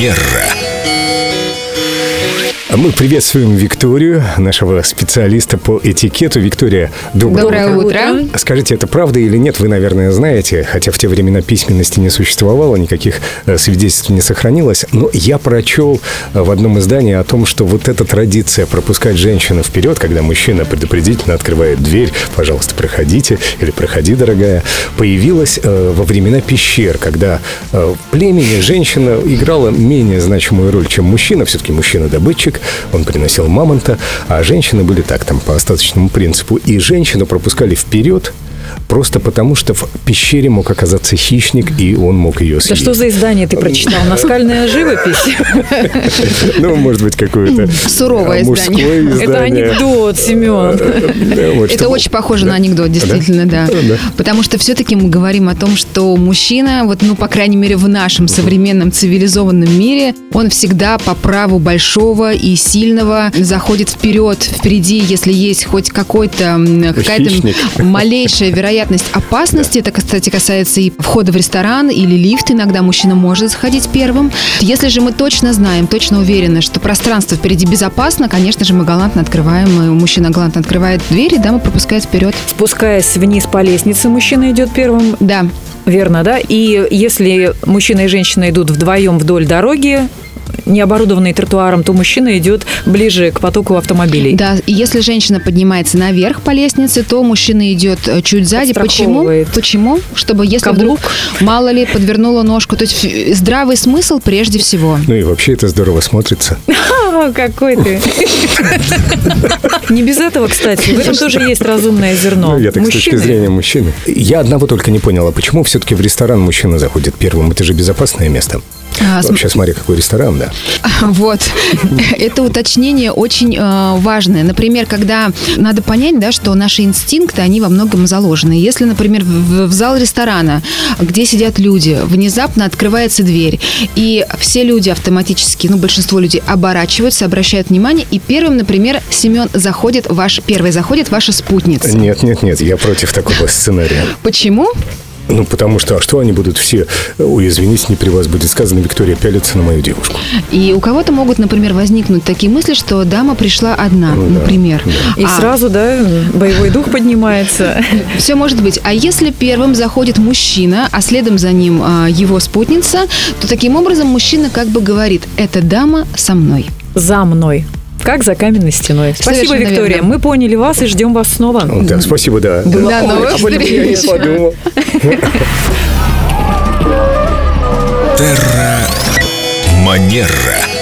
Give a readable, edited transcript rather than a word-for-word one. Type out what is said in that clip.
Манера. Мы приветствуем Викторию, нашего специалиста по этикету. Виктория, доброе утро. Скажите, это правда или нет, вы, наверное, знаете, хотя в те времена письменности не существовало, никаких свидетельств не сохранилось, но я прочел в одном издании о том, что вот эта традиция пропускать женщину вперед, когда мужчина предупредительно открывает дверь, пожалуйста, проходите, или проходи, дорогая, появилась во времена пещер, когда в племени женщина играла менее значимую роль, чем мужчина, все-таки мужчина-добытчик, он приносил мамонта, а женщины были так, там, по остаточному принципу. И женщину пропускали вперед просто потому, что в пещере мог оказаться хищник, и он мог ее съесть. Да что за издание ты прочитал? Наскальная живопись? Ну, может быть, какое-то суровое мужское издание. Это анекдот, Семен. Это очень похоже на анекдот, действительно, да. Потому что все-таки мы говорим о том, что мужчина, вот, ну, по крайней мере, в нашем современном цивилизованном мире, он всегда по праву большого и сильного заходит впереди, если есть хоть какая-то малейшая вероятность опасности. Это, кстати, касается и входа в ресторан или лифт. Иногда мужчина может заходить первым. Если же мы точно знаем, точно уверены, что пространство впереди безопасно, конечно же, мы галантно открываем, мужчина галантно открывает дверь, и дама пропускает вперед. Спускаясь вниз по лестнице, мужчина идет первым. Да. Верно, да? И если мужчина и женщина идут вдвоем вдоль дороги, не оборудованный тротуаром, то мужчина идет ближе к потоку автомобилей. Да, и если женщина поднимается наверх по лестнице, то мужчина идет чуть сзади. Почему? Чтобы, если вдруг, мало ли, подвернула ножку. То есть здравый смысл прежде всего. Ну и вообще это здорово смотрится. Какой ты. Не без этого, кстати. В этом тоже есть разумное зерно. Ну, я так с точки зрения мужчины. Я одного только не понял, а почему все-таки в ресторан мужчина заходит первым? Это же безопасное место. Вообще, смотри, какой ресторан, да. Вот. Это уточнение очень важное. Например, когда надо понять, да, что наши инстинкты, они во многом заложены. Если, например, в зал ресторана, где сидят люди, внезапно открывается дверь, и все люди автоматически, большинство людей оборачиваются, обращают внимание, и первым, например, Семен первой заходит ваша спутница. Нет, я против такого сценария. Почему? Ну, потому что, а что они будут все, извините, не при вас будет сказано, Виктория, пялится на мою девушку. И у кого-то могут, например, возникнуть такие мысли, что дама пришла одна, например. Да. И сразу, боевой дух поднимается. Все может быть. А если первым заходит мужчина, а следом за ним его спутница, то таким образом мужчина как бы говорит: «Эта дама со мной». За мной. Как за каменной стеной. Спасибо, Совершенно Виктория. верно. Мы поняли вас и ждем вас снова. Да, спасибо, да. До новых встреч. Я не подумал. Терра Манера.